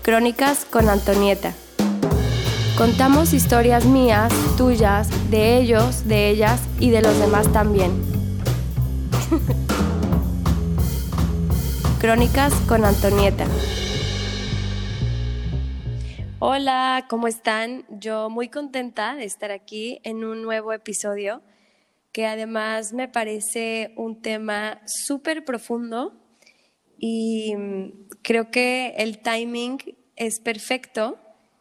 Crónicas con Antonieta. Contamos historias mías, tuyas, de ellos, de ellas y de los demás también. Crónicas con Antonieta. Hola, ¿cómo están? Yo muy contenta de estar aquí en un nuevo episodio que además me parece un tema súper profundo y creo que el timing es perfecto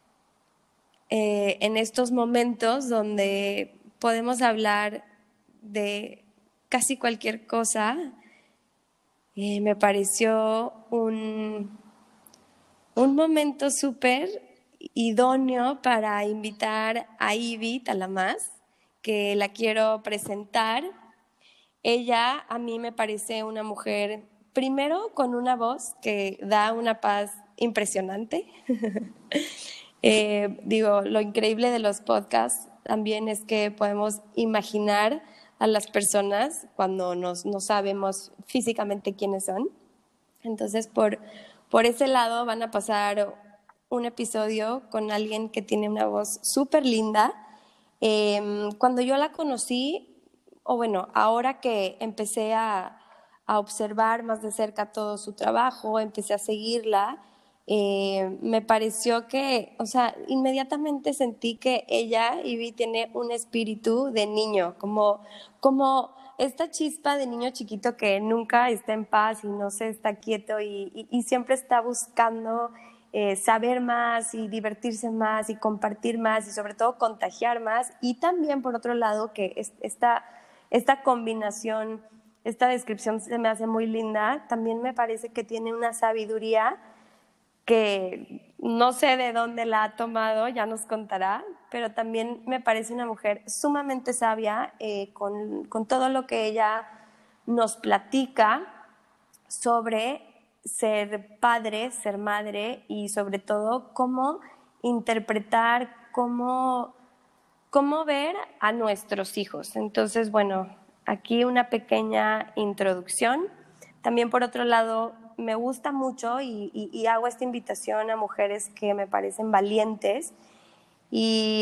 en estos momentos donde podemos hablar de casi cualquier cosa. Me pareció un momento súper idóneo para invitar a Ivy Talamás, que la quiero presentar. Ella a mí me parece una mujer, primero, con una voz que da una paz impresionante. Lo increíble de los podcasts también es que podemos imaginar a las personas cuando no sabemos físicamente quiénes son. Entonces, por ese lado van a pasar un episodio con alguien que tiene una voz súper linda. Cuando yo la conocí, ahora que empecé a observar más de cerca todo su trabajo, empecé a seguirla, me pareció que, inmediatamente sentí que ella, Ivy, tiene un espíritu de niño, como esta chispa de niño chiquito que nunca está en paz y no se está quieto y siempre está buscando saber más y divertirse más y compartir más y sobre todo contagiar más. Y también, por otro lado, que esta combinación, esta descripción se me hace muy linda. También me parece que tiene una sabiduría que no sé de dónde la ha tomado, ya nos contará, pero también me parece una mujer sumamente sabia con todo lo que ella nos platica sobre ser padre, ser madre y sobre todo cómo interpretar, cómo ver a nuestros hijos. Entonces, aquí una pequeña introducción. También, por otro lado, me gusta mucho y hago esta invitación a mujeres que me parecen valientes. Y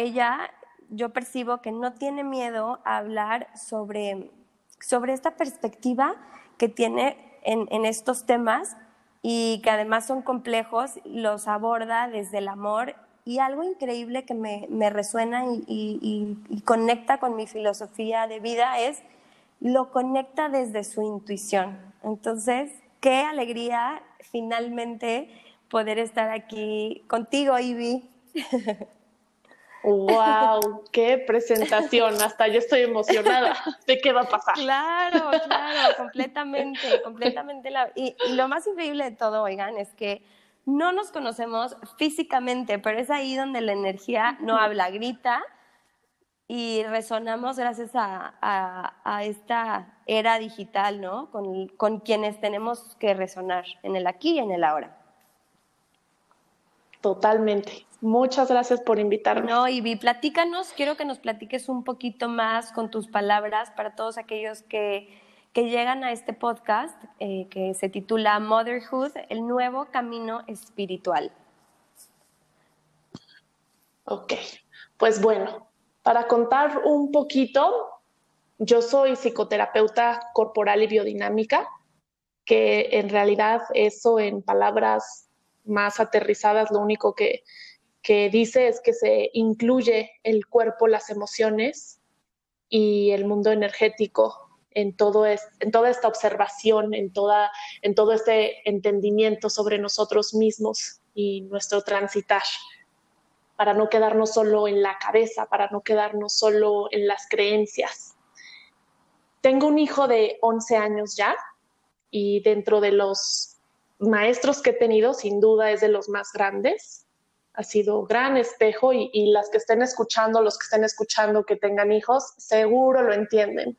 yo percibo que no tiene miedo a hablar sobre esta perspectiva que tiene en estos temas y que además son complejos, los aborda desde el amor. Y algo increíble que me resuena y conecta con mi filosofía de vida es lo conecta desde su intuición. Entonces, qué alegría finalmente poder estar aquí contigo, Ivy. ¡Wow! ¡Qué presentación! Hasta yo estoy emocionada de qué va a pasar. Claro, completamente. Y lo más increíble de todo, oigan, es que no nos conocemos físicamente, pero es ahí donde la energía no habla, grita, y resonamos gracias a esta era digital, ¿no? Con quienes tenemos que resonar en el aquí y en el ahora. Totalmente. Muchas gracias por invitarme. No, Ivy, quiero que nos platiques un poquito más con tus palabras para todos aquellos que llegan a este podcast que se titula Motherhood, el nuevo camino espiritual. Ok, pues bueno, para contar un poquito, yo soy psicoterapeuta corporal y biodinámica, que en realidad eso en palabras más aterrizadas lo único que dice es que se incluye el cuerpo, las emociones y el mundo energético en toda esta observación, en todo este entendimiento sobre nosotros mismos y nuestro transitar, para no quedarnos solo en la cabeza, para no quedarnos solo en las creencias. Tengo un hijo de 11 años ya y dentro de los maestros que he tenido, sin duda es de los más grandes. Ha sido gran espejo y las que estén escuchando, los que estén escuchando que tengan hijos, seguro lo entienden.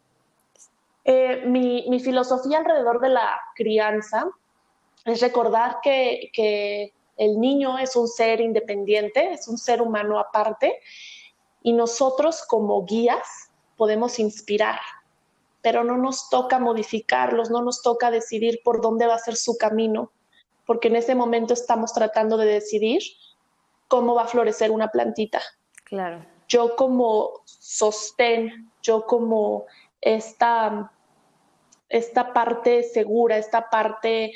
Mi filosofía alrededor de la crianza es recordar que el niño es un ser independiente, es un ser humano aparte y nosotros como guías podemos inspirar, pero no nos toca modificarlos, no nos toca decidir por dónde va a ser su camino. porque en ese momento estamos tratando de decidir cómo va a florecer una plantita. Claro. Yo como sostén, yo como esta parte segura, esta parte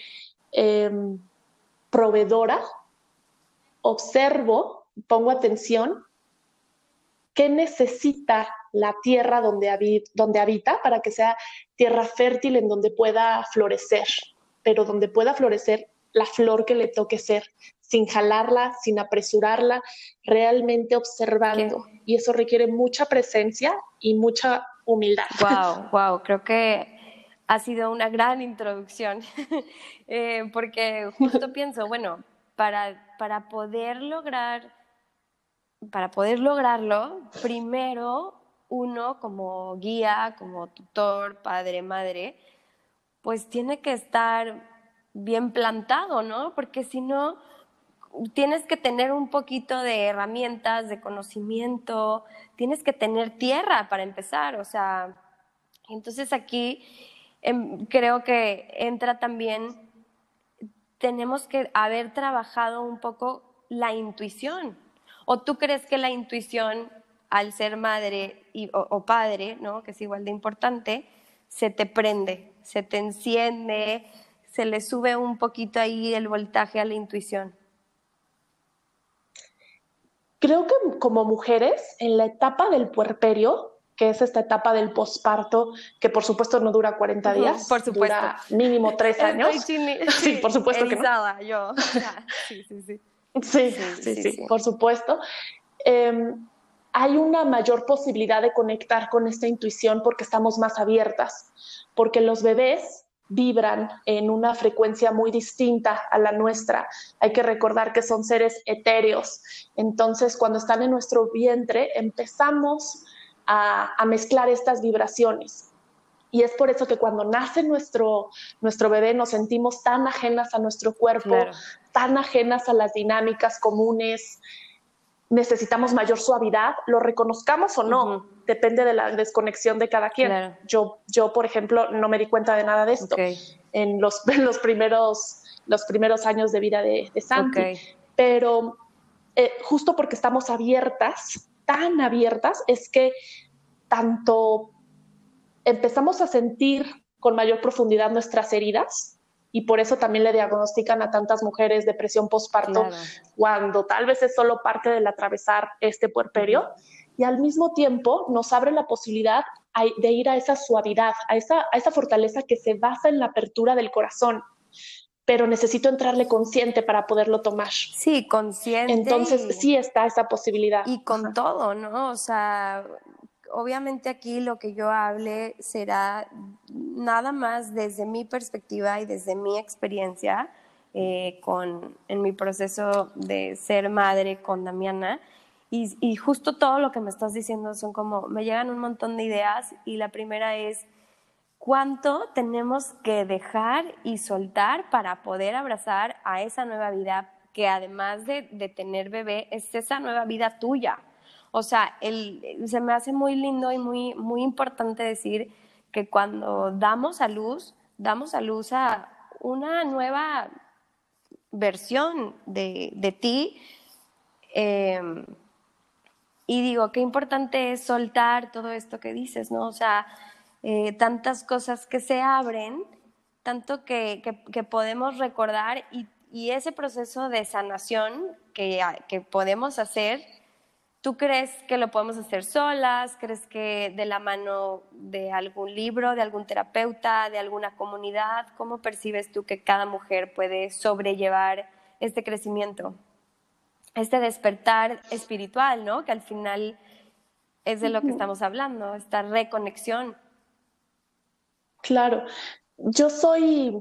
proveedora, observo, pongo atención, qué necesita la tierra donde habita para que sea tierra fértil en donde pueda florecer, pero donde pueda florecer la flor que le toque ser, sin jalarla, sin apresurarla, realmente observando. Y eso requiere mucha presencia y mucha humildad. Wow, creo que ha sido una gran introducción, porque justo pienso, bueno, para poder lograrlo, primero uno como guía, como tutor, padre, madre, pues tiene que estar bien plantado, ¿no? Porque si no, tienes que tener un poquito de herramientas, de conocimiento, tienes que tener tierra para empezar, o sea, entonces aquí creo que entra también, tenemos que haber trabajado un poco la intuición. ¿O tú crees que la intuición, al ser madre o padre, ¿no? Que es igual de importante, se te prende, se te enciende, se le sube un poquito ahí el voltaje a la intuición? Creo que como mujeres, en la etapa del puerperio, que es esta etapa del posparto, que por supuesto no dura 40 días, por supuesto. Dura mínimo 3 años. Sí, por supuesto erizada, que no. yo. Sí. Sí, por supuesto. Hay una mayor posibilidad de conectar con esta intuición porque estamos más abiertas, porque los bebés vibran en una frecuencia muy distinta a la nuestra. Hay que recordar que son seres etéreos. Entonces, cuando están en nuestro vientre, empezamos a mezclar estas vibraciones. Y es por eso que cuando nace nuestro bebé nos sentimos tan ajenas a nuestro cuerpo, claro, tan ajenas a las dinámicas comunes. Necesitamos mayor suavidad, lo reconozcamos o no, depende de la desconexión de cada quien. Claro. Yo, por ejemplo, no me di cuenta de nada de esto en los primeros años de vida de Santi. Pero justo porque estamos abiertas, tan abiertas, es que tanto empezamos a sentir con mayor profundidad nuestras heridas, y por eso también le diagnostican a tantas mujeres depresión postparto, claro, cuando tal vez es solo parte del atravesar este puerperio, y al mismo tiempo nos abre la posibilidad de ir a esa suavidad, a esa fortaleza que se basa en la apertura del corazón, pero necesito entrarle consciente para poderlo tomar. Sí, consciente. Entonces sí está esa posibilidad. Y con todo, ¿no? O sea, obviamente aquí lo que yo hable será nada más desde mi perspectiva y desde mi experiencia en mi proceso de ser madre con Damiana. Y justo todo lo que me estás diciendo son como, me llegan un montón de ideas, y la primera es, ¿cuánto tenemos que dejar y soltar para poder abrazar a esa nueva vida que además de tener bebé es esa nueva vida tuya? O sea, se me hace muy lindo y muy, muy importante decir que cuando damos a luz a una nueva versión de ti. Y digo, qué importante es soltar todo esto que dices, ¿no? O sea, tantas cosas que se abren, tanto que podemos recordar, y ese proceso de sanación que podemos hacer. ¿Tú crees que lo podemos hacer solas? ¿Crees que de la mano de algún libro, de algún terapeuta, de alguna comunidad? ¿Cómo percibes tú que cada mujer puede sobrellevar este crecimiento, este despertar espiritual, ¿no? Que al final es de lo que estamos hablando, esta reconexión. Claro, yo soy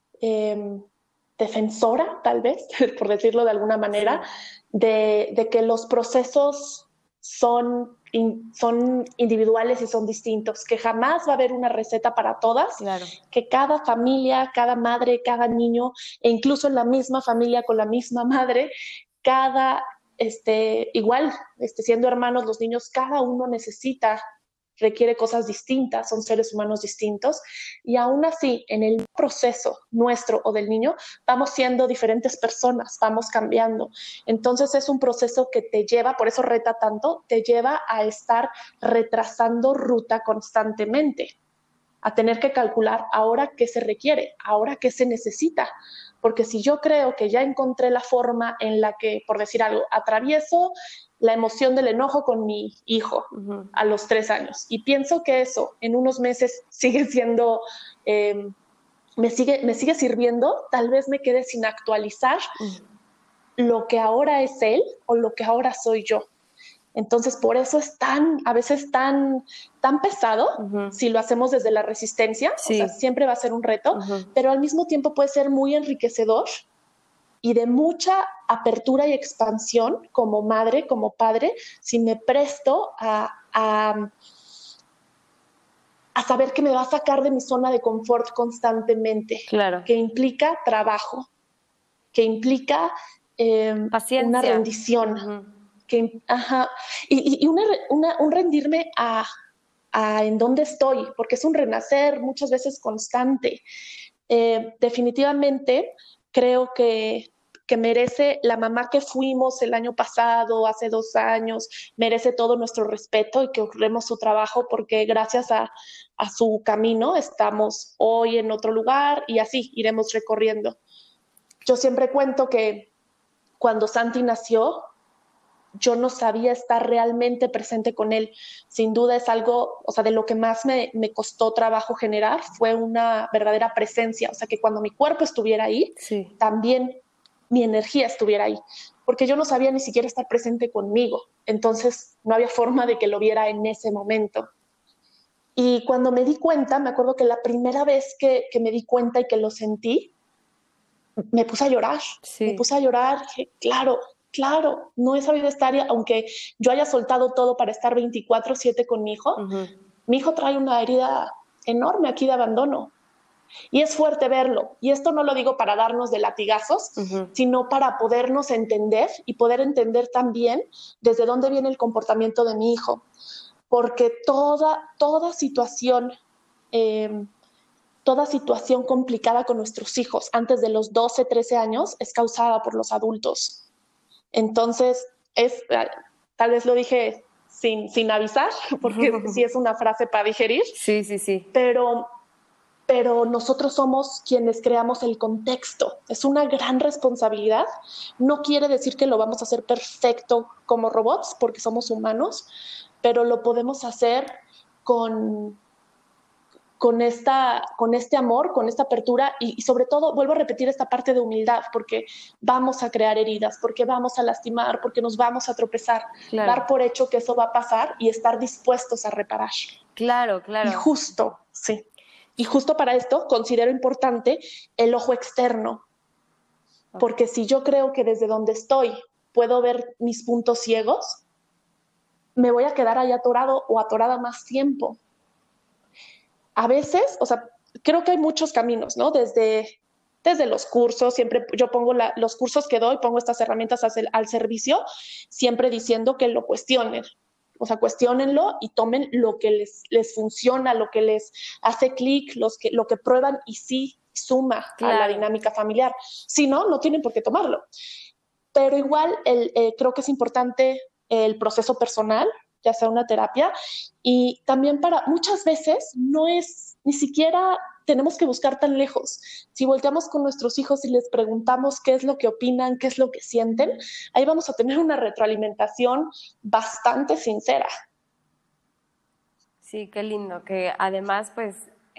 defensora, tal vez, por decirlo de alguna manera, sí, de que los procesos son individuales y son distintos, que jamás va a haber una receta para todas, claro, que cada familia, cada madre, cada niño, e incluso en la misma familia con la misma madre, siendo hermanos los niños, cada uno necesita requiere cosas distintas, son seres humanos distintos, y aún así, en el proceso nuestro o del niño, vamos siendo diferentes personas, vamos cambiando. Entonces es un proceso que te lleva, por eso reta tanto, te lleva a estar retrasando ruta constantemente, a tener que calcular ahora qué se requiere, ahora qué se necesita. Porque si yo creo que ya encontré la forma en la que, por decir algo, atravieso la emoción del enojo con mi hijo a los 3 años y pienso que eso en unos meses sigue siendo, me sigue sirviendo, tal vez me quede sin actualizar lo que ahora es él o lo que ahora soy yo. Entonces, por eso es a veces tan pesado, si lo hacemos desde la resistencia, o sea, siempre va a ser un reto, pero al mismo tiempo puede ser muy enriquecedor y de mucha apertura y expansión como madre, como padre, si me presto a saber que me va a sacar de mi zona de confort constantemente, que implica trabajo, que implica una rendición, y un rendirme a en dónde estoy, porque es un renacer muchas veces constante. Definitivamente creo que merece la mamá que fuimos el año pasado, hace 2 años, merece todo nuestro respeto y que honremos su trabajo porque gracias a su camino estamos hoy en otro lugar y así iremos recorriendo. Yo siempre cuento que cuando Santi nació, yo no sabía estar realmente presente con él. Sin duda es algo, o sea, de lo que más me costó trabajo generar fue una verdadera presencia, o sea, que cuando mi cuerpo estuviera ahí, también mi energía estuviera ahí, porque yo no sabía ni siquiera estar presente conmigo, entonces no había forma de que lo viera en ese momento. Y cuando me di cuenta, me acuerdo que la primera vez que me di cuenta y que lo sentí, me puse a llorar, dije, claro, no he sabido estar, aunque yo haya soltado todo para estar 24/7 con mi hijo, mi hijo trae una herida enorme aquí de abandono y es fuerte verlo. Y esto no lo digo para darnos de latigazos, sino para podernos entender y poder entender también desde dónde viene el comportamiento de mi hijo, porque toda situación complicada con nuestros hijos antes de los 12, 13 años es causada por los adultos. Entonces, tal vez lo dije sin avisar, porque sí es una frase para digerir. Sí. Pero nosotros somos quienes creamos el contexto. Es una gran responsabilidad. No quiere decir que lo vamos a hacer perfecto como robots, porque somos humanos, pero lo podemos hacer con este amor, con esta apertura y sobre todo, vuelvo a repetir esta parte de humildad, porque vamos a crear heridas, porque vamos a lastimar, porque nos vamos a tropezar, dar por hecho que eso va a pasar y estar dispuestos a reparar. Claro. Y justo para esto considero importante el ojo externo, porque si yo creo que desde donde estoy puedo ver mis puntos ciegos, me voy a quedar ahí atorado o atorada más tiempo. A veces, o sea, creo que hay muchos caminos, ¿no? Desde los cursos, siempre yo pongo los cursos que doy, pongo estas herramientas al servicio, siempre diciendo que lo cuestionen. O sea, cuestionenlo y tomen lo que les funciona, lo que les hace clic, lo que prueban y sí suma a la dinámica familiar. Si no, no tienen por qué tomarlo. Pero igual creo que es importante el proceso personal, ya sea una terapia, y también muchas veces no es, ni siquiera tenemos que buscar tan lejos. Si volteamos con nuestros hijos y les preguntamos qué es lo que opinan, qué es lo que sienten, ahí vamos a tener una retroalimentación bastante sincera. Sí, qué lindo, que además pues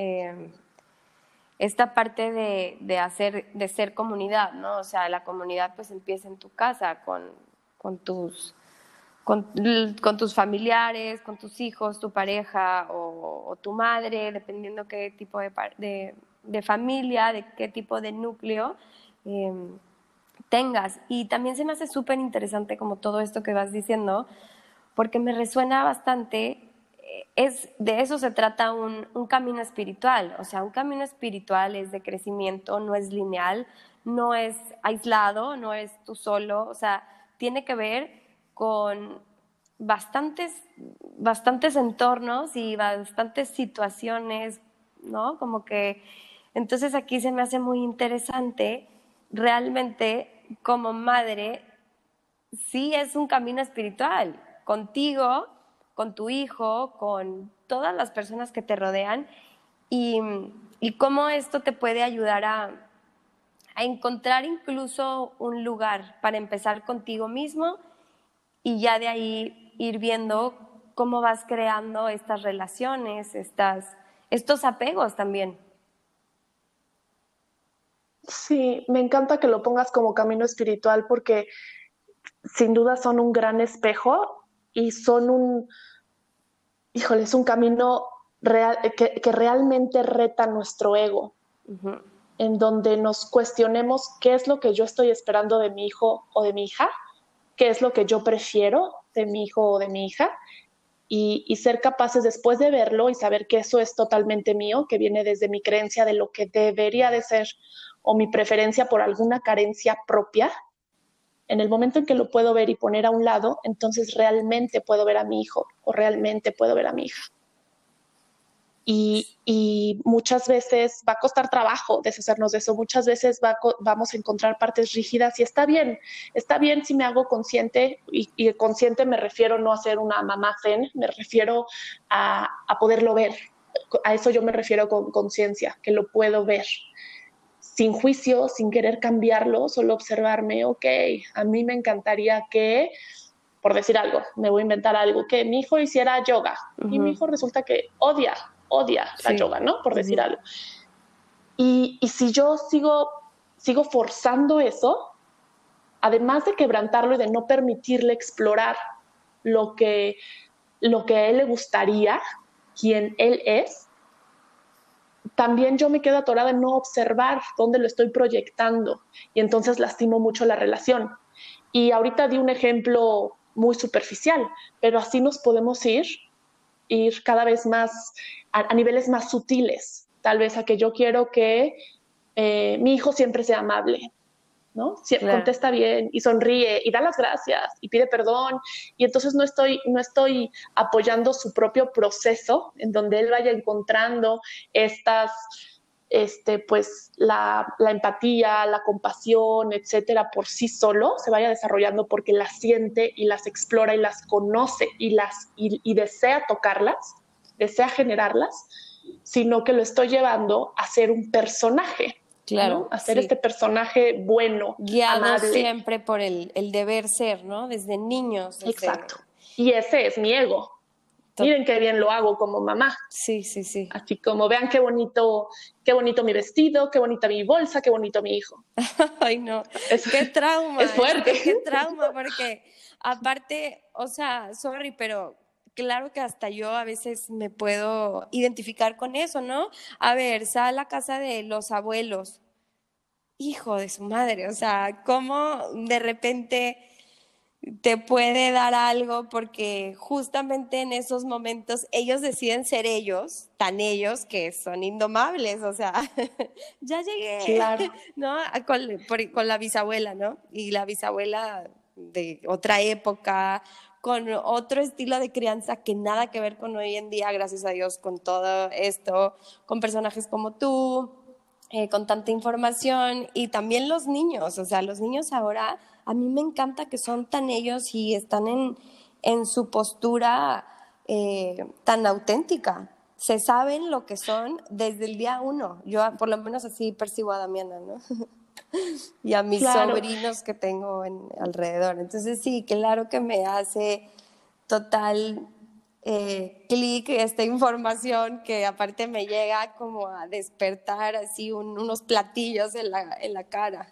esta parte de ser comunidad, ¿no? O sea, la comunidad pues empieza en tu casa con tus familiares, con tus hijos, tu pareja o tu madre, dependiendo qué tipo de familia, de qué tipo de núcleo tengas. Y también se me hace súper interesante como todo esto que vas diciendo, porque me resuena bastante. De eso se trata un camino espiritual. O sea, un camino espiritual es de crecimiento, no es lineal, no es aislado, no es tú solo. O sea, tiene que ver con bastantes entornos y bastantes situaciones, ¿no? Como que, entonces aquí se me hace muy interesante, realmente como madre, sí es un camino espiritual, contigo, con tu hijo, con todas las personas que te rodean, y, y cómo esto te puede ayudar a encontrar incluso un lugar para empezar contigo mismo y ya de ahí ir viendo cómo vas creando estas relaciones, estos apegos también. Sí, me encanta que lo pongas como camino espiritual porque sin duda son un gran espejo y son híjole, es un camino real, que realmente reta nuestro ego, Uh-huh. en donde nos cuestionemos qué es lo que yo estoy esperando de mi hijo o de mi hija, qué es lo que yo prefiero de mi hijo o de mi hija, y ser capaces después de verlo y saber que eso es totalmente mío, que viene desde mi creencia de lo que debería de ser o mi preferencia por alguna carencia propia. En el momento en que lo puedo ver y poner a un lado, entonces realmente puedo ver a mi hijo o realmente puedo ver a mi hija. Y muchas veces va a costar trabajo deshacernos de eso, muchas veces vamos a encontrar partes rígidas y está bien si me hago consciente, y consciente me refiero no a ser una mamá zen, me refiero a poderlo ver, a eso yo me refiero con conciencia, que lo puedo ver sin juicio, sin querer cambiarlo, solo observarme, ok, a mí me encantaría que, por decir algo, me voy a inventar algo, que mi hijo hiciera yoga, y mi Uh-huh. hijo resulta que odia la Sí. yoga, ¿no? Por decir Uh-huh. algo. Y si yo sigo forzando eso, además de quebrantarlo y de no permitirle explorar lo que, lo que a él le gustaría, quien él es, también yo me quedo atorada en no observar dónde lo estoy proyectando y entonces lastimo mucho la relación. Y ahorita di un ejemplo muy superficial, pero así nos podemos ir cada vez más a niveles más sutiles, tal vez a que yo quiero que mi hijo siempre sea amable, ¿no? Claro. Contesta bien y sonríe y da las gracias y pide perdón, y entonces no estoy apoyando su propio proceso en donde él vaya encontrando estas pues la empatía, la compasión, etcétera, por sí solo, se vaya desarrollando porque las siente y las explora y las conoce y desea tocarlas, desea generarlas, sino que lo estoy llevando a ser un personaje, Claro, ¿no? A ser sí. este personaje bueno, Guiado amable. siempre por el deber ser, ¿no? Desde niños, desde... Exacto. Y ese es mi ego. Miren qué bien lo hago como mamá. Sí, sí, sí. Así como vean qué bonito mi vestido, qué bonita mi bolsa, qué bonito mi hijo. Ay, no, Es, qué es trauma, fuerte. qué trauma, porque aparte, o sea, sorry, pero claro que hasta yo a veces me puedo identificar con eso, ¿no? A ver, sal a la casa de los abuelos, hijo de su madre, o sea, cómo de repente te puede dar algo porque justamente en esos momentos ellos deciden ser ellos, tan ellos que son indomables, o sea, ya llegué, Claro. ¿no? Con la bisabuela, ¿no? Y la bisabuela de otra época, con otro estilo de crianza que nada que ver con hoy en día, gracias a Dios, con todo esto, con personajes como tú, con tanta información y también los niños, o sea, los niños ahora, a mí me encanta que son tan ellos y están en su postura tan auténtica. Se saben lo que son desde el día uno. Yo por lo menos así percibo a Damiana, ¿no? Y a mis Claro. sobrinos que tengo alrededor. Entonces sí, claro que me hace total clic esta información que aparte me llega como a despertar así unos platillos en la cara.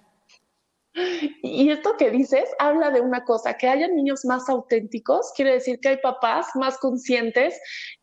Y esto que dices habla de una cosa, que haya niños más auténticos, quiere decir que hay papás más conscientes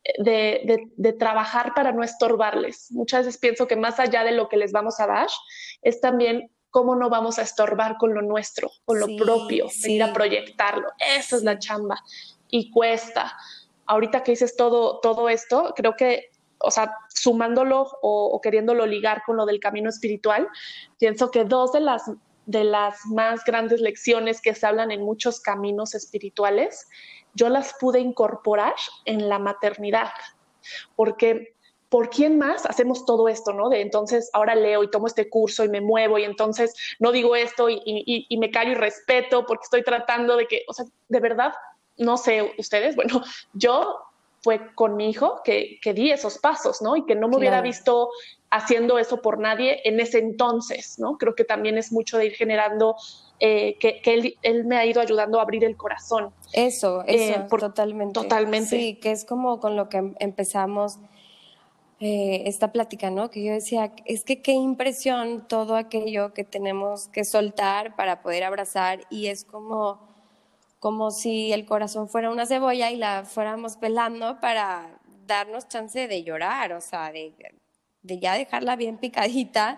de trabajar para no estorbarles. Muchas veces pienso que más allá de lo que les vamos a dar, es también cómo no vamos a estorbar con lo nuestro, con lo Sí, propio, venir a sí, proyectarlo. Esa es la sí. chamba y cuesta. Ahorita que dices todo esto, creo que, o sea, sumándolo o queriéndolo ligar con lo del camino espiritual, pienso que dos de las más grandes lecciones que se hablan en muchos caminos espirituales yo las pude incorporar en la maternidad, porque ¿por quién más hacemos todo esto, no? De entonces ahora leo y tomo este curso y me muevo y entonces no digo esto y me callo y respeto porque estoy tratando de que, o sea, de verdad, no sé ustedes, bueno, yo fue con mi hijo que di esos pasos, ¿no? Y que no me hubiera visto haciendo eso por nadie en ese entonces, ¿no? Creo que también es mucho de ir generando, que él me ha ido ayudando a abrir el corazón. Eso, totalmente. Totalmente. Sí, que es como con lo que empezamos esta plática, ¿no? Que yo decía, es que qué impresión todo aquello que tenemos que soltar para poder abrazar, y es como si el corazón fuera una cebolla y la fuéramos pelando para darnos chance de llorar, o sea, de ya dejarla bien picadita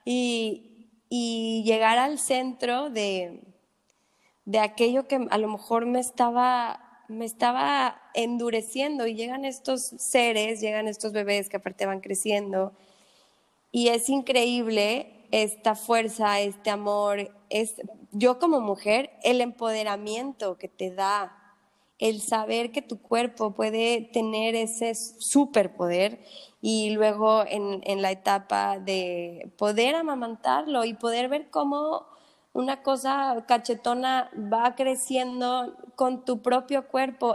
y llegar al centro de aquello que a lo mejor me estaba endureciendo, y llegan estos seres, llegan estos bebés que aparte van creciendo, y es increíble esta fuerza, este amor, yo como mujer, el empoderamiento que te da el saber que tu cuerpo puede tener ese superpoder, y luego en la etapa de poder amamantarlo y poder ver cómo una cosa cachetona va creciendo con tu propio cuerpo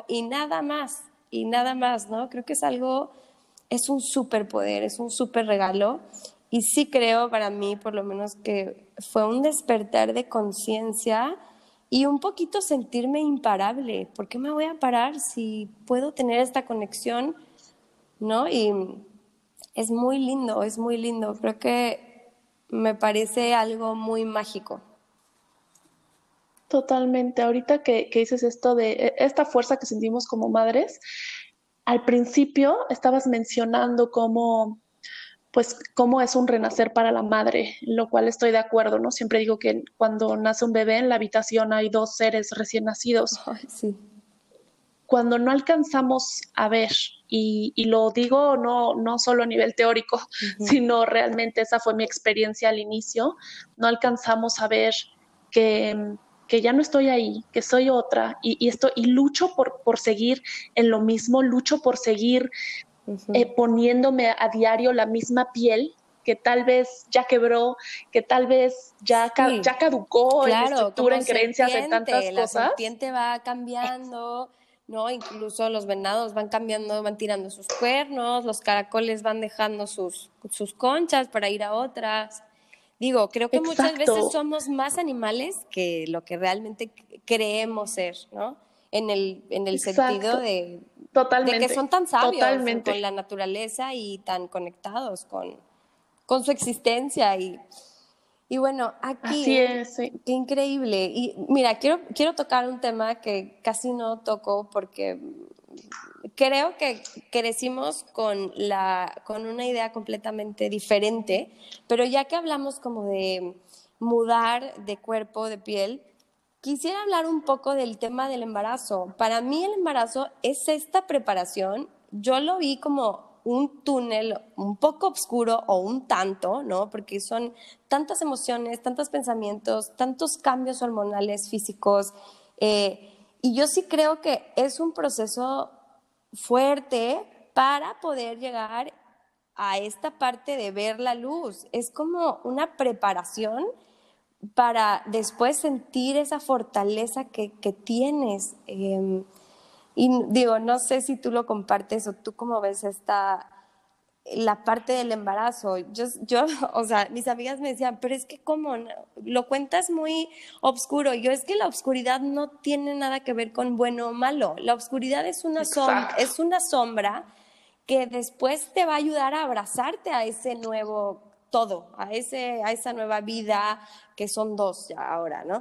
y nada más, ¿no? Creo que es un superpoder, es un super regalo, y sí creo para mí, por lo menos, que fue un despertar de conciencia y un poquito sentirme imparable. ¿Por qué me voy a parar si puedo tener esta conexión, ¿no? Y es muy lindo, es muy lindo. Creo que me parece algo muy mágico. Totalmente. Ahorita que dices esto de esta fuerza que sentimos como madres, al principio estabas mencionando cómo, pues, cómo es un renacer para la madre, lo cual estoy de acuerdo, ¿no? Siempre digo que cuando nace un bebé en la habitación hay dos seres recién nacidos. Ay, sí. Cuando no alcanzamos a ver, y lo digo no solo a nivel teórico, sino realmente esa fue mi experiencia al inicio, no alcanzamos a ver que, que ya no estoy ahí, que soy otra, y lucho por seguir en lo mismo, lucho por seguir poniéndome a diario la misma piel que tal vez ya quebró, que tal vez ya, Sí, ya caducó en claro, estructura, como en creencias, en tantas serpiente, la cosas. serpiente va cambiando, ¿no? Incluso los venados van cambiando, van tirando sus cuernos, los caracoles van dejando sus conchas para ir a otras. Digo, creo que muchas veces Exacto. somos más animales que lo que realmente creemos ser, ¿no? En el sentido Exacto, de que totalmente, son tan sabios con totalmente. la naturaleza y tan conectados con su existencia. Y bueno, Así aquí, es, sí. qué increíble. Y mira, quiero tocar un tema que casi no toco porque creo que crecimos con una idea completamente diferente, pero ya que hablamos como de mudar de cuerpo, de piel, quisiera hablar un poco del tema del embarazo. Para mí el embarazo es esta preparación. Yo lo vi como un túnel un poco oscuro o un tanto, ¿no? Porque son tantas emociones, tantos pensamientos, tantos cambios hormonales, físicos. Y yo sí creo que es un proceso fuerte para poder llegar a esta parte de ver la luz. Es como una preparación para después sentir esa fortaleza que tienes. Y digo, no sé si tú lo compartes o tú cómo ves la parte del embarazo. Yo, o sea, mis amigas me decían, pero es que cómo, lo cuentas muy oscuro. Yo, es que la oscuridad no tiene nada que ver con bueno o malo. La oscuridad es Exacto. es una sombra que después te va a ayudar a abrazarte a ese nuevo todo, a esa nueva vida, que son dos ya ahora, ¿no?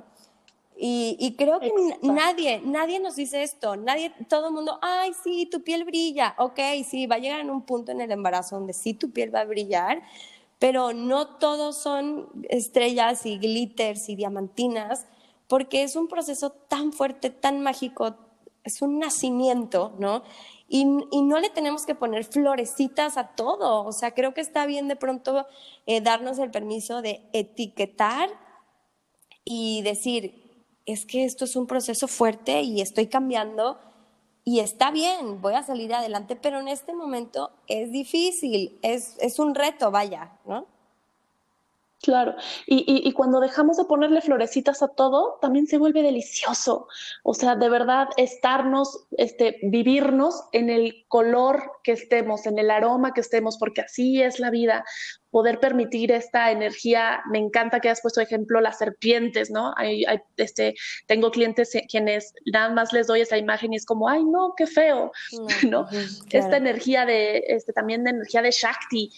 Y creo que Exacto. nadie nos dice esto, todo el mundo, ay, sí, tu piel brilla, ok, sí, va a llegar en un punto en el embarazo donde sí tu piel va a brillar, pero no todos son estrellas y glitters y diamantinas, porque es un proceso tan fuerte, tan mágico, es un nacimiento, ¿no? Y no le tenemos que poner florecitas a todo, o sea, creo que está bien de pronto darnos el permiso de etiquetar y decir, es que esto es un proceso fuerte y estoy cambiando, y está bien, voy a salir adelante, pero en este momento es difícil, es un reto, vaya, ¿no? Claro, y cuando dejamos de ponerle florecitas a todo, también se vuelve delicioso. O sea, de verdad, estarnos, vivirnos en el color que estemos, en el aroma que estemos, porque así es la vida. Poder permitir esta energía. Me encanta que hayas puesto ejemplo las serpientes, ¿no? Tengo clientes quienes nada más les doy esa imagen y es como, ay, no, qué feo, No, ¿no? claro. Esta energía también de energía de Shakti,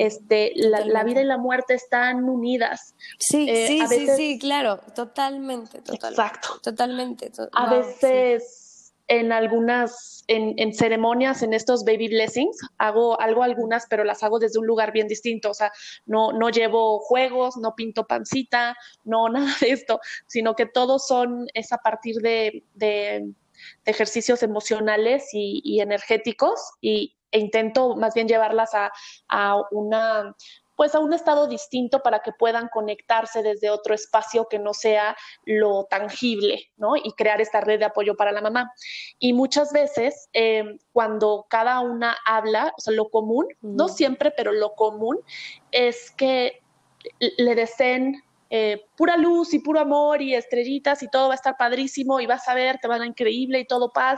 la vida y la muerte están unidas. Sí, A veces, claro, totalmente. exacto. Totalmente. A Wow, veces en algunas, en ceremonias, en estos baby blessings, hago algunas, pero las hago desde un lugar bien distinto. O sea, no llevo juegos, no pinto pancita, no nada de esto, sino que todos es a partir de ejercicios emocionales y energéticos e intento más bien llevarlas a una pues a un estado distinto para que puedan conectarse desde otro espacio que no sea lo tangible, ¿no? Y crear esta red de apoyo para la mamá. Y muchas veces, cuando cada una habla, o sea, lo común, no siempre, pero lo común es que le deseen pura luz y puro amor y estrellitas y todo va a estar padrísimo y vas a ver, te van a increíble y todo paz.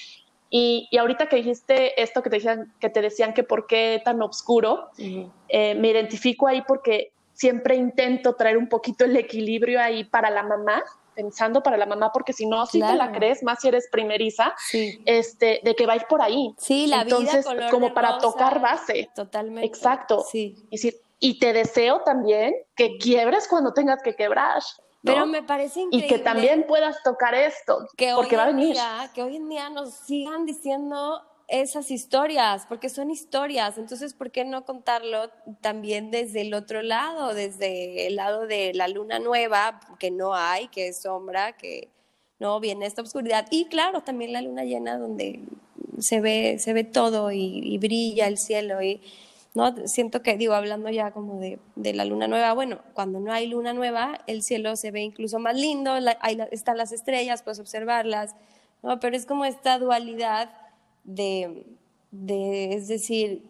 Y ahorita que dijiste esto que te decían que por qué tan oscuro, me identifico ahí porque siempre intento traer un poquito el equilibrio ahí para la mamá, pensando para la mamá, porque si no, si te la crees, más si eres primeriza, de que va a ir por ahí. Sí, la Entonces, vida color como de para rosa, tocar base. totalmente. Exacto. Sí. Y te deseo también que quiebres cuando tengas que quebrar, ¿no? Pero me parece increíble y que también puedas tocar esto, porque va a venir. Que hoy en día nos sigan diciendo esas historias, porque son historias. Entonces, ¿por qué no contarlo también desde el otro lado, desde el lado de la luna nueva, que no hay, que es sombra, que no viene esta oscuridad? Y claro, también la luna llena donde se ve todo y brilla el cielo y ¿no? Siento que, digo, hablando ya como de la luna nueva, bueno, cuando no hay luna nueva, el cielo se ve incluso más lindo, están las estrellas, puedes observarlas, ¿no? Pero es como esta dualidad es decir,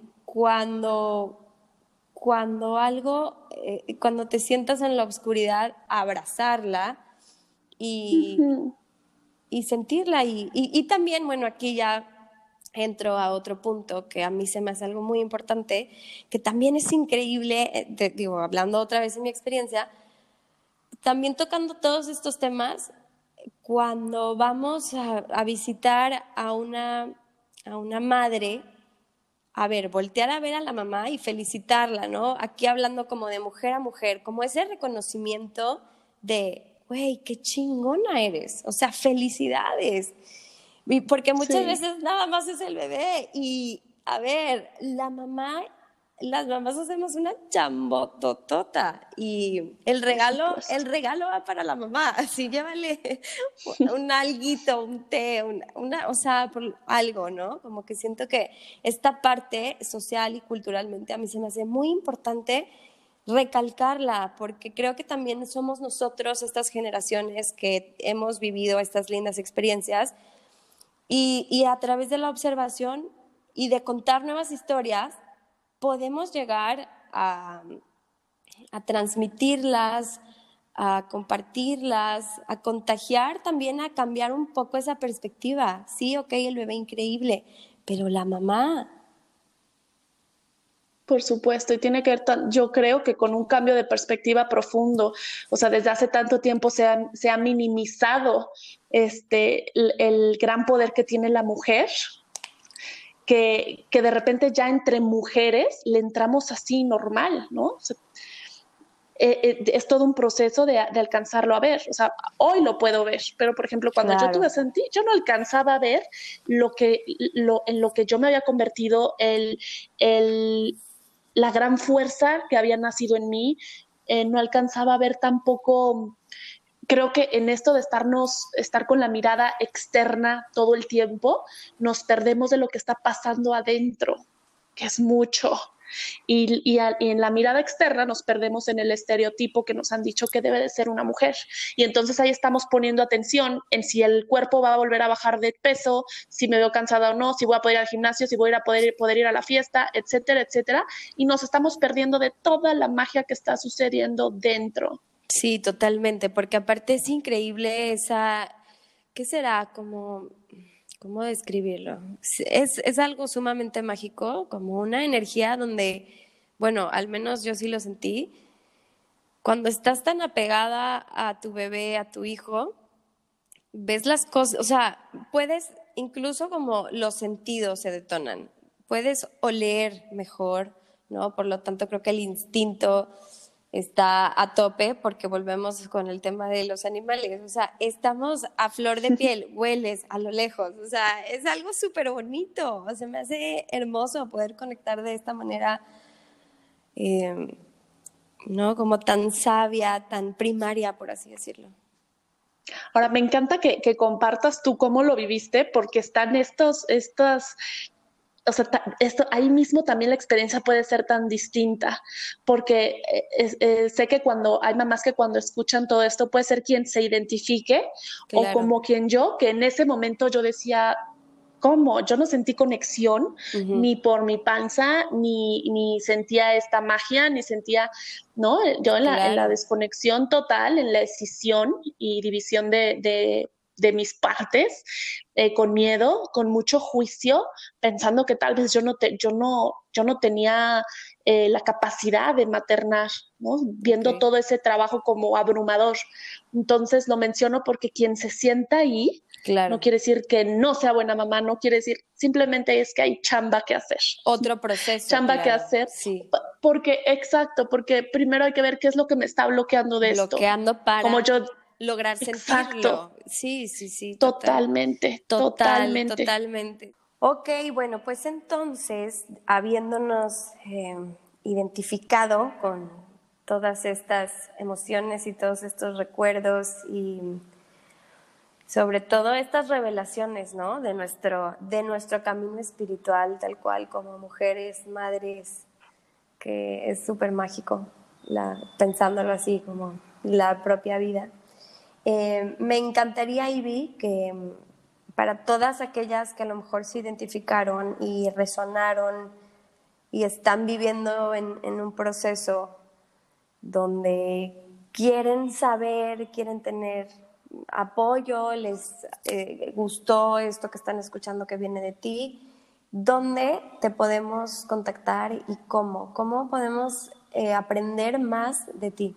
cuando algo, cuando te sientas en la oscuridad, abrazarla y, y sentirla. Y también, bueno, aquí ya entro a otro punto que a mí se me hace algo muy importante, que también es increíble, digo, hablando otra vez de mi experiencia, también tocando todos estos temas, cuando vamos a visitar a una madre, a ver, voltear a ver a la mamá y felicitarla, ¿no? Aquí hablando como de mujer a mujer, como ese reconocimiento de, güey, qué chingona eres, o sea, felicidades. Porque muchas veces nada más es el bebé y, a ver, las mamás hacemos una chambototota y el regalo va para la mamá, así llévale un alguito, un té, o sea, algo, ¿no? Como que siento que esta parte social y culturalmente a mí se me hace muy importante recalcarla, porque creo que también somos nosotros, estas generaciones que hemos vivido estas lindas experiencias, y a través de la observación y de contar nuevas historias, podemos llegar a transmitirlas, a compartirlas, a contagiar también, a cambiar un poco esa perspectiva. Sí, ok, el bebé increíble, pero la mamá. Por supuesto, y tiene que ver, yo creo que con un cambio de perspectiva profundo, o sea, desde hace tanto tiempo se ha minimizado el gran poder que tiene la mujer, que de repente ya entre mujeres le entramos así normal, ¿no? O sea, es todo un proceso de alcanzarlo a ver. O sea, hoy lo puedo ver, pero por ejemplo, cuando yo tuve a Santi, yo no alcanzaba a ver en lo que yo me había convertido, la gran fuerza que había nacido en mí, no alcanzaba a ver tampoco. Creo que en esto de estar con la mirada externa todo el tiempo, nos perdemos de lo que está pasando adentro, que es mucho. Y en la mirada externa nos perdemos en el estereotipo que nos han dicho que debe de ser una mujer. Y entonces ahí estamos poniendo atención en si el cuerpo va a volver a bajar de peso, si me veo cansada o no, si voy a poder ir al gimnasio, si voy a poder ir a la fiesta, etcétera, etcétera. Y nos estamos perdiendo de toda la magia que está sucediendo dentro. Sí, totalmente, porque aparte es increíble ¿qué será? ¿Cómo describirlo? Es algo sumamente mágico, como una energía donde, bueno, al menos yo sí lo sentí, cuando estás tan apegada a tu bebé, a tu hijo, ves las cosas, o sea, puedes, incluso como los sentidos se detonan, puedes oler mejor, ¿no? Por lo tanto, creo que el instinto está a tope porque volvemos con el tema de los animales, o sea, estamos a flor de piel, hueles a lo lejos, o sea, es algo súper bonito, o sea, me hace hermoso poder conectar de esta manera, ¿no? Como tan sabia, tan primaria, por así decirlo. Ahora, me encanta que compartas tú cómo lo viviste, porque están o sea, ahí mismo también la experiencia puede ser tan distinta, porque sé que hay mamás que cuando escuchan todo esto puede ser quien se identifique, Claro. o como quien que en ese momento yo decía, ¿cómo? Yo no sentí conexión ni por mi panza, ni sentía esta magia, ni sentía, ¿no? Yo en la desconexión total, en la escisión y división de mis partes, con miedo, con mucho juicio, pensando que tal vez yo no tenía la capacidad de maternar, ¿no? Viendo todo ese trabajo como abrumador. Entonces lo menciono porque quien se sienta ahí, no quiere decir que no sea buena mamá, no quiere decir, simplemente es que hay chamba que hacer. Otro proceso. Chamba que hacer. Sí. Porque primero hay que ver qué es lo que me está bloqueando de esto. Bloqueando para como yo, lograr sentirlo. Sí. Totalmente. Ok, bueno, pues entonces, habiéndonos identificado con todas estas emociones y todos estos recuerdos y sobre todo estas revelaciones, ¿no? De nuestro camino espiritual, tal cual, como mujeres, madres, que es súper mágico, pensándolo así, como la propia vida. Me encantaría, Ivy, que para todas aquellas que a lo mejor se identificaron y resonaron y están viviendo en un proceso donde quieren saber, quieren tener apoyo, les gustó esto que están escuchando que viene de ti, ¿dónde te podemos contactar y cómo? ¿Cómo podemos aprender más de ti?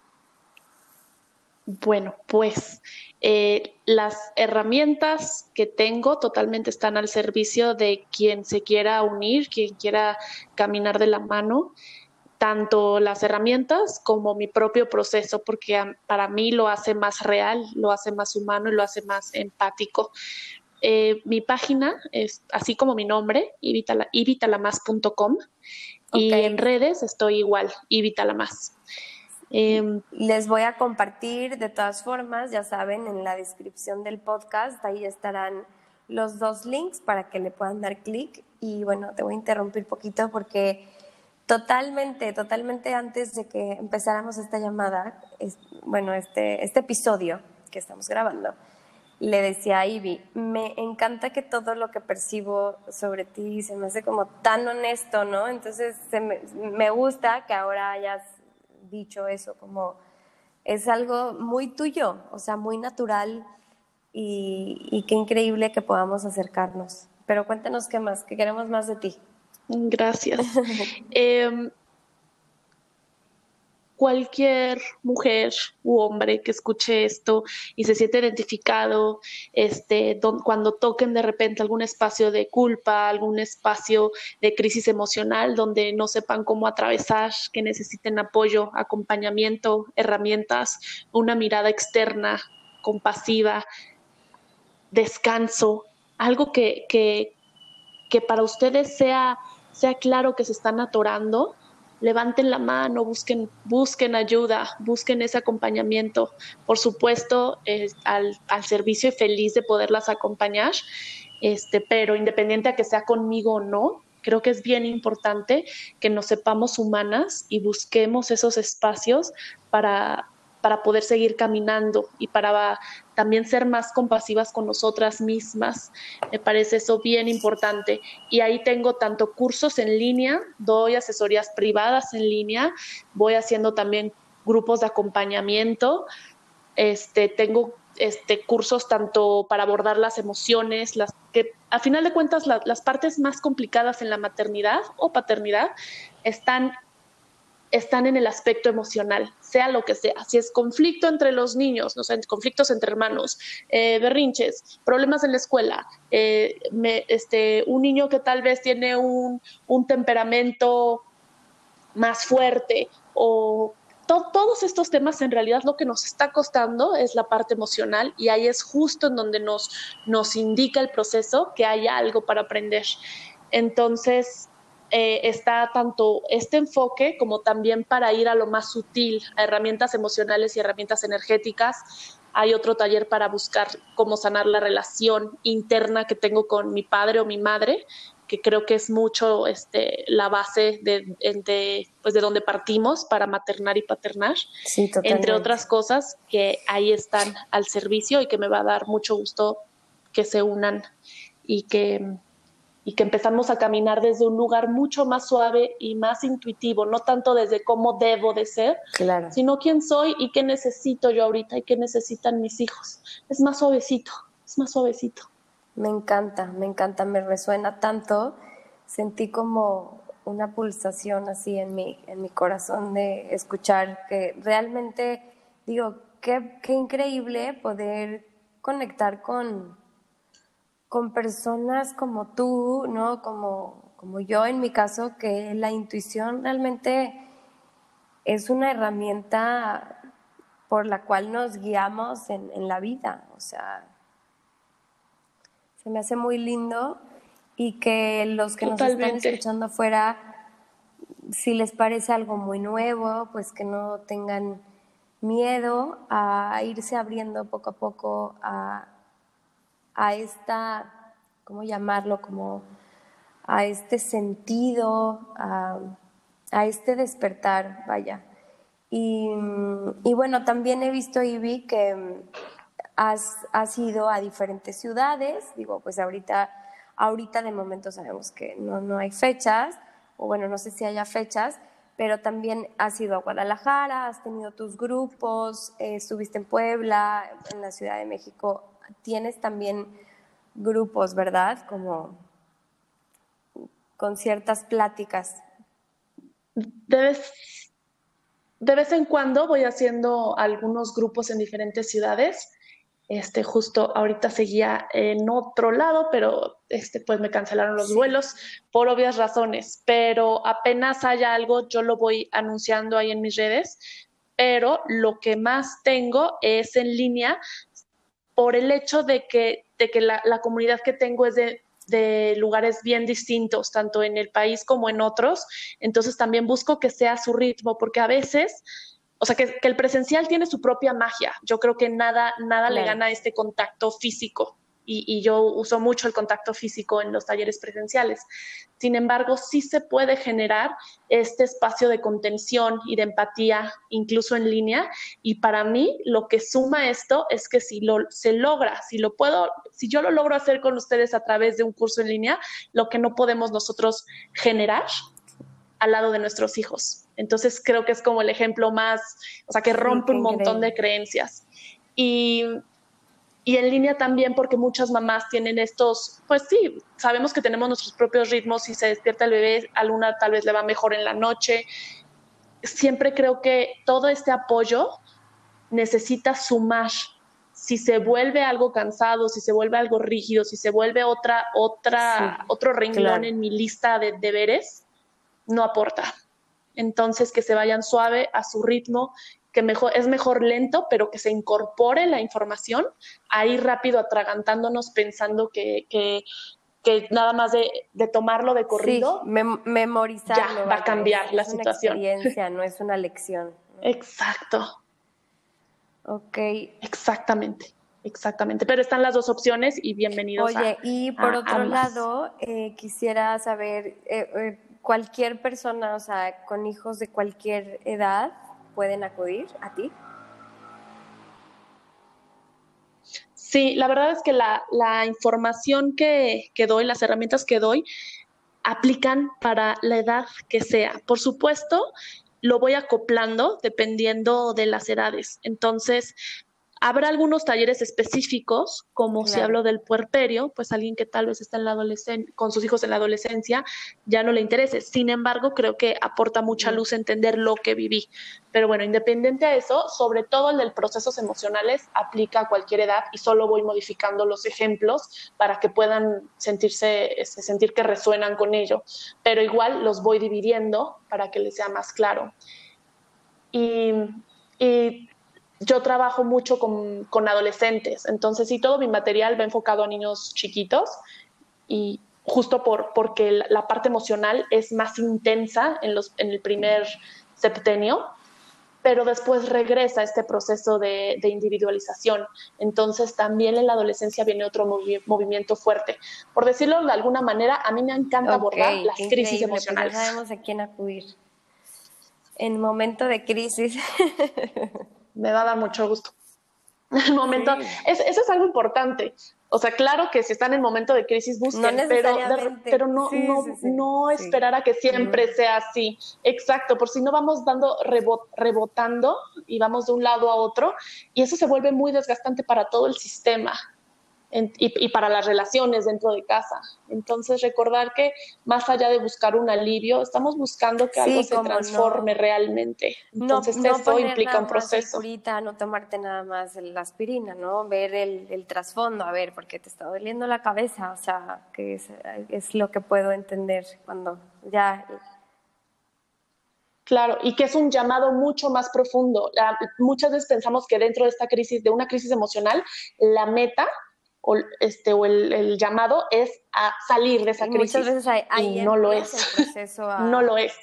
Bueno, pues las herramientas que tengo totalmente están al servicio de quien se quiera unir, quien quiera caminar de la mano, tanto las herramientas como mi propio proceso, porque para mí lo hace más real, lo hace más humano y lo hace más empático. Mi página es así como mi nombre, ivitalamas.com, y en redes estoy igual, ivitalamas. Les voy a compartir de todas formas, ya saben, en la descripción del podcast, ahí estarán los 2 links para que le puedan dar clic. Y bueno, te voy a interrumpir poquito porque totalmente antes de que empezáramos esta llamada, este episodio que estamos grabando, le decía a Ivy, me encanta que todo lo que percibo sobre ti se me hace como tan honesto, ¿no? Entonces me gusta que ahora hayas dicho eso, como es algo muy tuyo, o sea, muy natural y qué increíble que podamos acercarnos. Pero cuéntanos qué más, que queremos más de ti. Gracias. Cualquier mujer u hombre que escuche esto y se siente identificado, cuando toquen de repente algún espacio de culpa, algún espacio de crisis emocional donde no sepan cómo atravesar, que necesiten apoyo, acompañamiento, herramientas, una mirada externa, compasiva, descanso, algo que para ustedes sea claro que se están atorando, levanten la mano, busquen ayuda, busquen ese acompañamiento. Por supuesto, al servicio y feliz de poderlas acompañar, pero independiente a que sea conmigo o no, Creo que es bien importante que nos sepamos humanas y busquemos esos espacios para poder seguir caminando y para también ser más compasivas con nosotras mismas. Me parece eso bien importante. Y ahí tengo tanto cursos en línea, doy asesorías privadas en línea, voy haciendo también grupos de acompañamiento. Tengo cursos tanto para abordar las emociones, las que a final de cuentas las partes más complicadas en la maternidad o paternidad están en el aspecto emocional, sea lo que sea. Si es conflicto entre los niños, no sé, conflictos entre hermanos, berrinches, problemas en la escuela, un niño que tal vez tiene un temperamento más fuerte o todos estos temas, en realidad lo que nos está costando es la parte emocional, y ahí es justo en donde nos indica el proceso que hay algo para aprender. Entonces, está tanto este enfoque como también para ir a lo más sutil, a herramientas emocionales y herramientas energéticas. Hay otro taller para buscar cómo sanar la relación interna que tengo con mi padre o mi madre, que creo que es mucho la base pues de donde partimos para maternar y paternar, Sí, entre totalmente. otras cosas que ahí están al servicio y que me va a dar mucho gusto que se unan y que empezamos a caminar desde un lugar mucho más suave y más intuitivo, no tanto desde cómo debo de ser, Claro. sino quién soy y qué necesito yo ahorita y qué necesitan mis hijos. Es más suavecito, es más suavecito. Me encanta, me resuena tanto. Sentí como una pulsación así en mi corazón de escuchar que realmente, digo, qué increíble poder conectar con personas como tú, ¿no? Como yo en mi caso, que la intuición realmente es una herramienta por la cual nos guiamos en la vida. O sea, se me hace muy lindo, y que los que nos están Totalmente. escuchando afuera, si les parece algo muy nuevo, pues que no tengan miedo a irse abriendo poco a poco a esta, ¿cómo llamarlo? Como a este sentido, a este despertar, vaya. Y bueno, también he visto, Ivy, que has ido a diferentes ciudades. Digo, pues ahorita de momento sabemos que no hay fechas, o bueno, no sé si haya fechas, pero también has ido a Guadalajara, has tenido tus grupos, estuviste en Puebla, en la Ciudad de México. Tienes también grupos, ¿verdad? Como con ciertas pláticas. Debes De vez en cuando voy haciendo algunos grupos en diferentes ciudades. Justo ahorita seguía en otro lado, pero pues me cancelaron los Sí. vuelos por obvias razones. Pero apenas haya algo, yo lo voy anunciando ahí en mis redes. Pero lo que más tengo es en línea por el hecho de que la comunidad que tengo es de lugares bien distintos, tanto en el país como en otros. Entonces también busco que sea su ritmo, porque a veces, o sea, que el presencial tiene su propia magia. Yo creo que nada le Claro. gana este contacto físico. Y yo uso mucho el contacto físico en los talleres presenciales. Sin embargo, sí se puede generar este espacio de contención y de empatía, incluso en línea. Y para mí, lo que suma esto es que se logra, si yo lo logro hacer con ustedes a través de un curso en línea, lo que no podemos nosotros generar al lado de nuestros hijos. Entonces creo que es como el ejemplo más, o sea, que Sí, rompe qué un montón increíble. de creencias. Y, y en línea también, porque muchas mamás tienen estos, pues sí, sabemos que tenemos nuestros propios ritmos y se despierta el bebé, a Luna tal vez le va mejor en la noche. Siempre creo que todo este apoyo necesita sumar. Si se vuelve algo cansado, si se vuelve algo rígido, si se vuelve Sí, otro renglón claro. en mi lista de deberes, no aporta. Entonces, que se vayan suave a su ritmo, es mejor lento, pero que se incorpore la información, a ir rápido atragantándonos pensando que nada más de tomarlo de Sí, corrido, ya memorizarlo, va a vaya, cambiar la es una situación. experiencia, no es una lección, ¿no? Exacto, Ok, exactamente, exactamente. Pero están las dos opciones y bienvenidos. Oye, y por otro ambas. lado, quisiera saber, cualquier persona, o sea, con hijos de cualquier edad, ¿pueden acudir a ti? Sí, la verdad es que la información que doy, las herramientas que doy, aplican para la edad que sea. Por supuesto, lo voy acoplando dependiendo de las edades. Entonces, habrá algunos talleres específicos, como si Claro. hablo del puerperio, pues alguien que tal vez está en la con sus hijos en la adolescencia, ya no le interese. Sin embargo, creo que aporta mucha luz entender lo que viví. Pero bueno, independiente a eso, sobre todo el de procesos emocionales, aplica a cualquier edad y solo voy modificando los ejemplos para que puedan sentir que resuenan con ello. Pero igual los voy dividiendo para que les sea más claro. Y yo trabajo mucho con adolescentes, entonces sí, todo mi material va enfocado a niños chiquitos y justo porque la parte emocional es más intensa en el primer septenio, pero después regresa este proceso de individualización. Entonces también en la adolescencia viene otro movimiento fuerte. Por decirlo de alguna manera, a mí me encanta abordar las crisis emocionales. Pues ya sabemos a quién acudir en momento de crisis. Me va a dar mucho gusto. El momento, sí. Eso es algo importante. O sea, claro que si están en momento de crisis, busquen, no pero no esperar a que siempre sea así. Exacto, por si no vamos dando rebotando y vamos de un lado a otro, y eso se vuelve muy desgastante para todo el sistema. Y para las relaciones dentro de casa. Entonces, recordar que más allá de buscar un alivio, estamos buscando que algo se transforme realmente. Entonces, eso implica un proceso. No tomarte nada más la aspirina, ¿no? Ver el trasfondo, a ver, ¿por qué te está doliendo la cabeza? O sea, que es lo que puedo entender cuando ya... Claro, y que es un llamado mucho más profundo. Muchas veces pensamos que dentro de esta crisis, de una crisis emocional, la meta o el llamado es a salir de esa crisis. Muchas veces ahí no lo es. El proceso no lo es.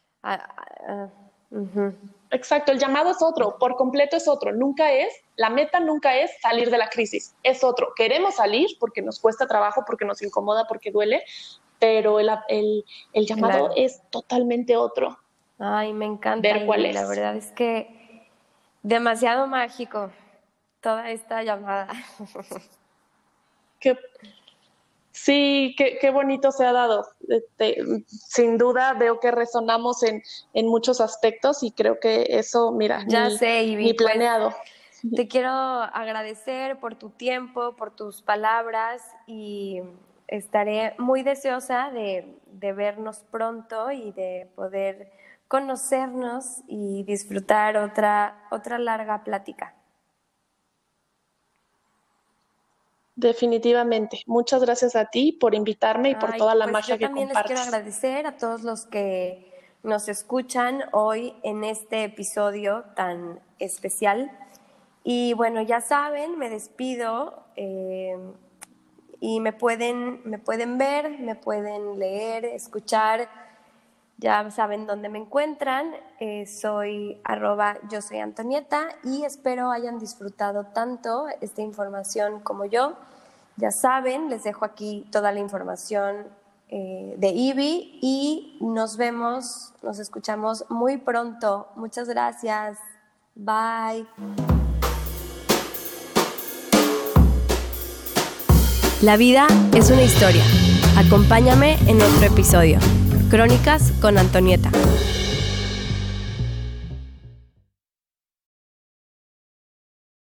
Uh-huh. Exacto, el llamado es otro, por completo es otro. La meta nunca es salir de la crisis, es otro. Queremos salir porque nos cuesta trabajo, porque nos incomoda, porque duele, pero el llamado es totalmente otro. Ay, me encanta. Ver cuál es. La verdad es que demasiado mágico toda esta llamada. Qué bonito se ha dado. Sin duda veo que resonamos en muchos aspectos y creo que eso, mira, ni planeado. Pues, te quiero agradecer por tu tiempo, por tus palabras y estaré muy deseosa de vernos pronto y de poder conocernos y disfrutar otra larga plática. Definitivamente. Muchas gracias a ti por invitarme y por toda la magia que compartes. Yo también les quiero agradecer a todos los que nos escuchan hoy en este episodio tan especial. Y bueno, ya saben, me despido y me pueden ver, me pueden leer, escuchar. Ya saben dónde me encuentran. Soy @yosoyantonieta y espero hayan disfrutado tanto esta información como yo. Ya saben, les dejo aquí toda la información de Ivy y nos escuchamos muy pronto. Muchas gracias. Bye. La vida es una historia. Acompáñame en otro episodio. Crónicas con Antonieta.